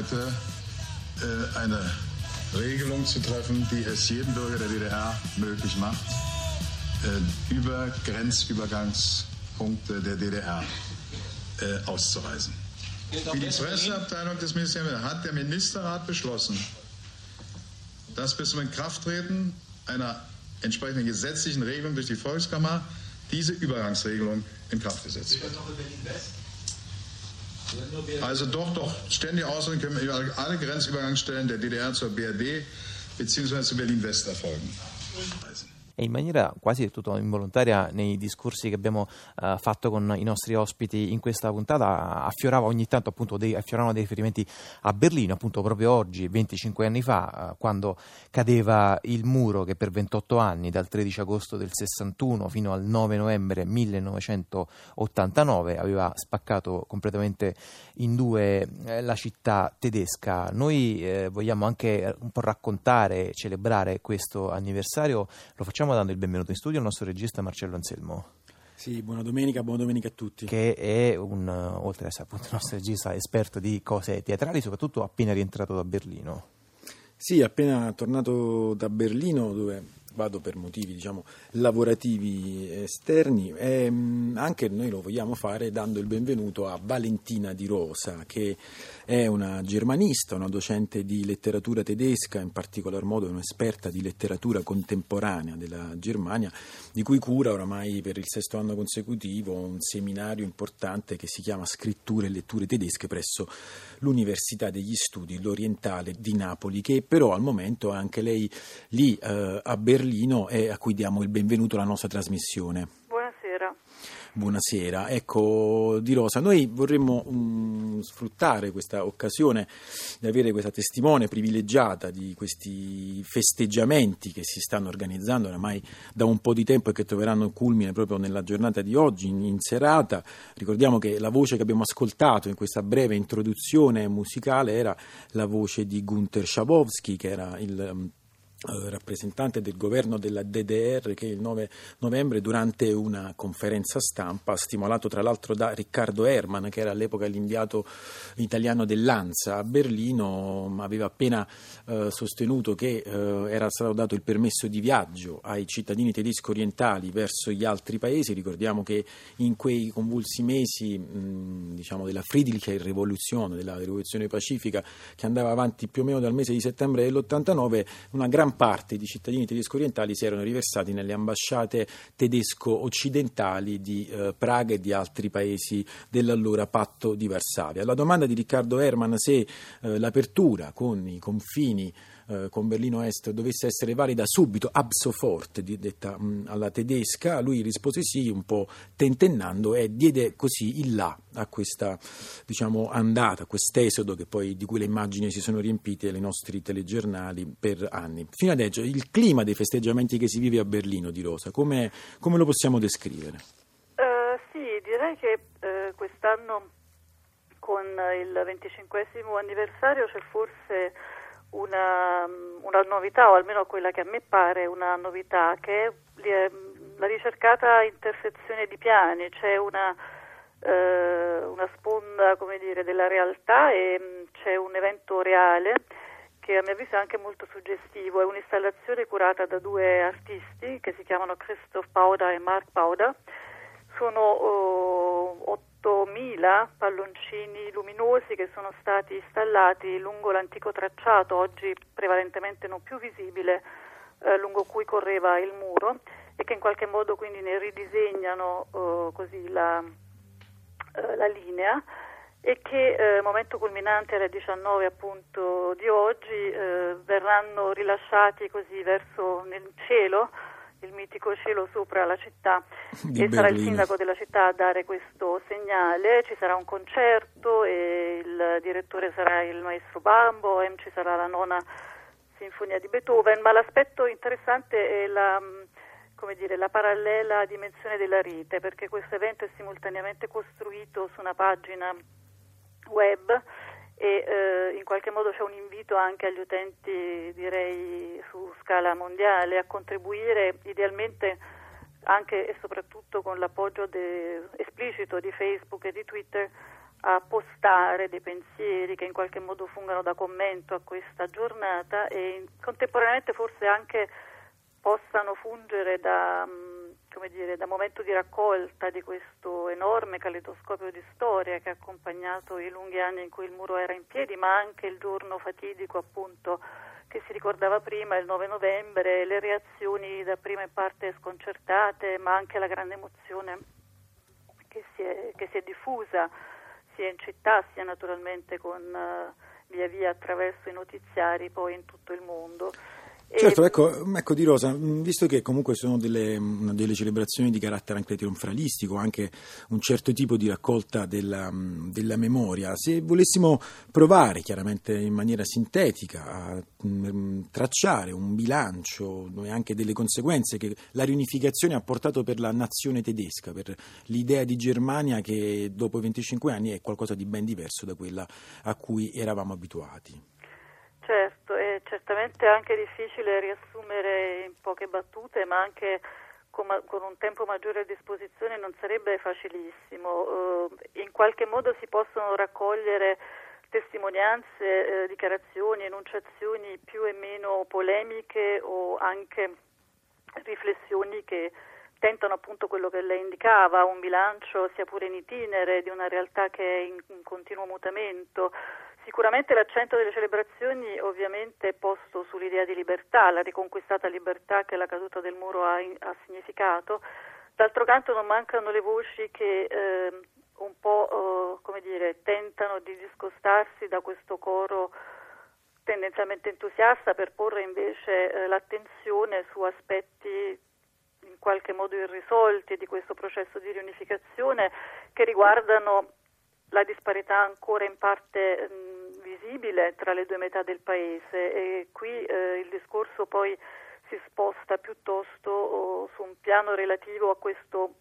heute eine Regelung zu treffen, die es jedem Bürger der DDR möglich macht, über Grenzübergangspunkte der DDR auszureisen. Wie die Presseabteilung des Ministeriums hat der Ministerrat beschlossen, dass bis zum Inkrafttreten einer entsprechenden gesetzlichen Regelung durch die Volkskammer diese Übergangsregelung in Kraft gesetzt wird. Also doch, ständige Ausreisen können über alle Grenzübergangsstellen der DDR zur BRD bzw. zu Berlin-West erfolgen. E in maniera quasi del tutto involontaria nei discorsi che abbiamo fatto con i nostri ospiti in questa puntata affiorava ogni tanto appunto affioravano dei riferimenti a Berlino, appunto proprio oggi 25 anni fa quando cadeva il muro che per 28 anni dal 13 agosto del 61 fino al 9 novembre 1989 aveva spaccato completamente in due la città tedesca. Noi vogliamo anche un po' raccontare, celebrare questo anniversario, lo facciamo dando il benvenuto in studio al nostro regista Marcello Anselmo. Sì, buona domenica a tutti. Che è oltre ad essere appunto il nostro regista esperto di cose teatrali, soprattutto appena rientrato da Berlino. Sì, appena tornato da Berlino, dove vado per motivi lavorativi esterni, e anche noi lo vogliamo fare dando il benvenuto a Valentina Di Rosa, che è una germanista, una docente di letteratura tedesca, in particolar modo un'esperta di letteratura contemporanea della Germania, di cui cura oramai per il 6º anno consecutivo un seminario importante che si chiama Scritture e letture tedesche presso l'Università degli Studi l'Orientale di Napoli, che però al momento è anche lei lì a Berlino e a cui diamo il benvenuto alla nostra trasmissione. Buonasera. Ecco, Di Rosa, noi vorremmo sfruttare questa occasione di avere questa testimone privilegiata di questi festeggiamenti che si stanno organizzando oramai da un po' di tempo e che troveranno culmine proprio nella giornata di oggi, in serata. Ricordiamo che la voce che abbiamo ascoltato in questa breve introduzione musicale era la voce di Günter Schabowski, che era il rappresentante del governo della DDR, che il 9 novembre durante una conferenza stampa, stimolato tra l'altro da Riccardo Herrmann, che era all'epoca l'inviato italiano dell'ANSA a Berlino, aveva appena sostenuto che era stato dato il permesso di viaggio ai cittadini tedeschi orientali verso gli altri paesi. Ricordiamo che in quei convulsi mesi della Friedliche Rivoluzione, della rivoluzione pacifica, che andava avanti più o meno dal mese di settembre dell'89, una gran parte di cittadini tedesco orientali si erano riversati nelle ambasciate tedesco-occidentali di Praga e di altri paesi dell'allora patto di Varsavia. La domanda di Riccardo Herrmann se l'apertura con i confini con Berlino Est dovesse essere valida subito, ab sofort, detta alla tedesca, lui rispose sì, un po' tentennando, e diede così il là a questa andata, a quest'esodo di cui le immagini si sono riempite nei nostri telegiornali per anni. Fino adesso il clima dei festeggiamenti che si vive a Berlino, Di Rosa, come lo possiamo descrivere? Sì, direi che quest'anno con il 25esimo anniversario c'è forse una novità, o almeno quella che a me pare una novità, che è la ricercata intersezione di piani. C'è una sponda, della realtà, e c'è un evento reale che a mio avviso è anche molto suggestivo. È un'installazione curata da due artisti che si chiamano Christoph Pauda e Mark Pauda. Sono 8.000 palloncini luminosi che sono stati installati lungo l'antico tracciato, oggi prevalentemente non più visibile, lungo cui correva il muro, e che in qualche modo quindi ne ridisegnano così la linea, e che momento culminante alle 19 appunto di oggi verranno rilasciati così verso nel cielo, il mitico cielo sopra la città, e sarà il sindaco della città a dare questo segnale. Ci sarà un concerto e il direttore sarà il maestro Barenboim, ci sarà la 9ª sinfonia di Beethoven, ma l'aspetto interessante è la parallela dimensione della rete, perché questo evento è simultaneamente costruito su una pagina web e in qualche modo c'è un invito anche agli utenti, direi su scala mondiale, a contribuire idealmente anche e soprattutto con l'appoggio esplicito di Facebook e di Twitter a postare dei pensieri che in qualche modo fungano da commento a questa giornata e contemporaneamente forse anche possano fungere da momento di raccolta di questo enorme caleidoscopio di storia che ha accompagnato i lunghi anni in cui il muro era in piedi, ma anche il giorno fatidico appunto che si ricordava prima, il 9 novembre, le reazioni da prima in parte sconcertate, ma anche la grande emozione che si è diffusa sia in città sia naturalmente via via attraverso i notiziari poi in tutto il mondo. Certo, ecco Di Rosa, visto che comunque sono delle celebrazioni di carattere anche trionfalistico, anche un certo tipo di raccolta della memoria, se volessimo provare chiaramente in maniera sintetica a tracciare un bilancio e anche delle conseguenze che la riunificazione ha portato per la nazione tedesca, per l'idea di Germania che dopo i 25 anni è qualcosa di ben diverso da quella a cui eravamo abituati. Certo, è certamente anche difficile riassumere in poche battute, ma anche con un tempo maggiore a disposizione non sarebbe facilissimo. In qualche modo si possono raccogliere testimonianze, dichiarazioni, enunciazioni più e meno polemiche o anche riflessioni che tentano appunto quello che lei indicava, un bilancio sia pure in itinere di una realtà che è in continuo mutamento. Sicuramente l'accento delle celebrazioni ovviamente è posto sull'idea di libertà, la riconquistata libertà che la caduta del muro ha significato. D'altro canto non mancano le voci che un po' tentano di discostarsi da questo coro tendenzialmente entusiasta per porre invece l'attenzione su aspetti in qualche modo irrisolti di questo processo di riunificazione che riguardano la disparità ancora in parte visibile tra le due metà del paese e qui il discorso poi si sposta piuttosto su un piano relativo a questo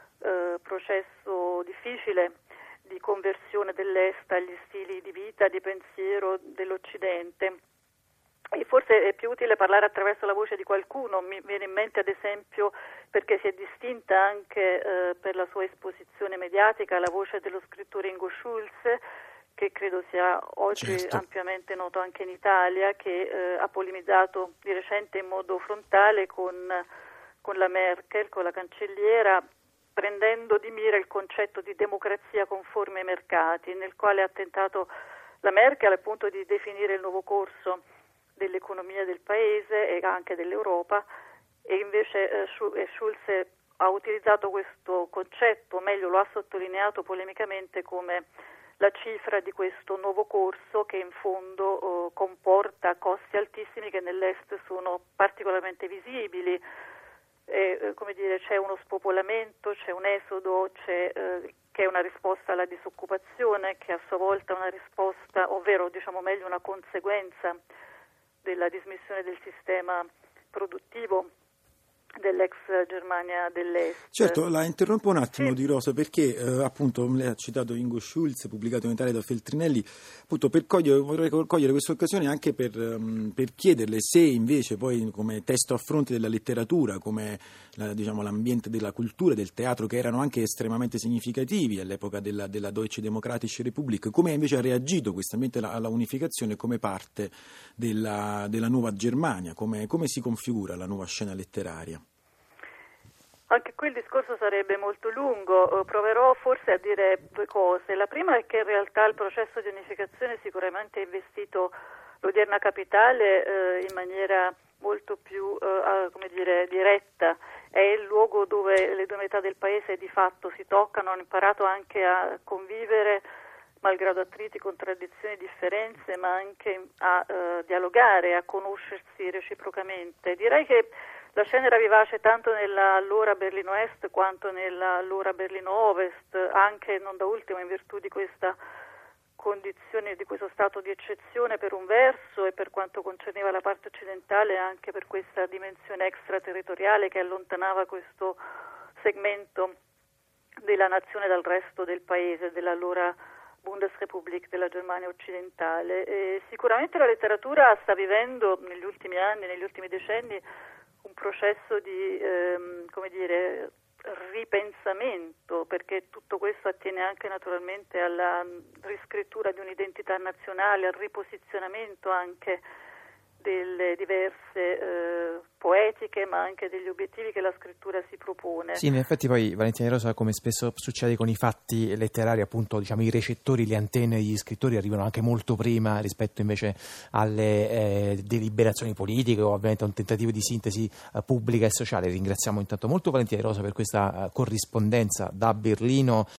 processo difficile di conversione dell'Est agli stili di vita, di pensiero dell'Occidente. E forse è più utile parlare attraverso la voce di qualcuno, mi viene in mente ad esempio perché si è distinta anche per la sua esposizione mediatica la voce dello scrittore Ingo Schulze, che credo sia oggi ampiamente noto anche in Italia, che ha polemizzato di recente in modo frontale con la Merkel, con la cancelliera, prendendo di mira il concetto di democrazia conforme ai mercati, nel quale ha tentato la Merkel appunto di definire il nuovo corso dell'economia del paese e anche dell'Europa, e invece Schulze ha utilizzato questo concetto, o meglio lo ha sottolineato polemicamente come la cifra di questo nuovo corso che in fondo comporta costi altissimi che nell'Est sono particolarmente visibili. C'è uno spopolamento, c'è un esodo, che è una risposta alla disoccupazione, che a sua volta è una risposta, ovvero meglio una conseguenza della dismissione del sistema produttivo dell'ex Germania dell'Est. Certo, la interrompo un attimo Di Rosa perché appunto lei ha citato Ingo Schulze, pubblicato in Italia da Feltrinelli, appunto vorrei cogliere questa occasione anche per chiederle se invece poi come testo a fronte della letteratura, come l'ambiente della cultura, del teatro, che erano anche estremamente significativi all'epoca della Deutsche Demokratische Republik, come invece ha reagito questo ambiente alla unificazione come parte della nuova Germania, come si configura la nuova scena letteraria? Anche qui il discorso sarebbe molto lungo, proverò forse a dire due cose. La prima è che in realtà il processo di unificazione sicuramente ha investito l'odierna capitale in maniera molto più diretta. È il luogo dove le due metà del paese di fatto si toccano, hanno imparato anche a convivere malgrado attriti, contraddizioni, differenze, ma anche a dialogare, a conoscersi reciprocamente. Direi che la scena era vivace tanto nell'allora Berlino Est quanto nell'allora Berlino Ovest, anche non da ultimo in virtù di questa condizione, di questo stato di eccezione per un verso e per quanto concerneva la parte occidentale anche per questa dimensione extraterritoriale che allontanava questo segmento della nazione dal resto del paese, dell'allora Bundesrepublik della Germania occidentale. E sicuramente la letteratura sta vivendo negli ultimi anni, negli ultimi decenni, un processo di ripensamento, perché tutto questo attiene anche naturalmente alla riscrittura di un'identità nazionale, al riposizionamento anche delle diverse poetiche, ma anche degli obiettivi che la scrittura si propone. Sì, in effetti poi Valentina De Rosa, come spesso succede con i fatti letterari, appunto, diciamo, i recettori, le antenne degli scrittori arrivano anche molto prima rispetto invece alle deliberazioni politiche o ovviamente a un tentativo di sintesi pubblica e sociale. Ringraziamo intanto molto Valentina De Rosa per questa corrispondenza da Berlino.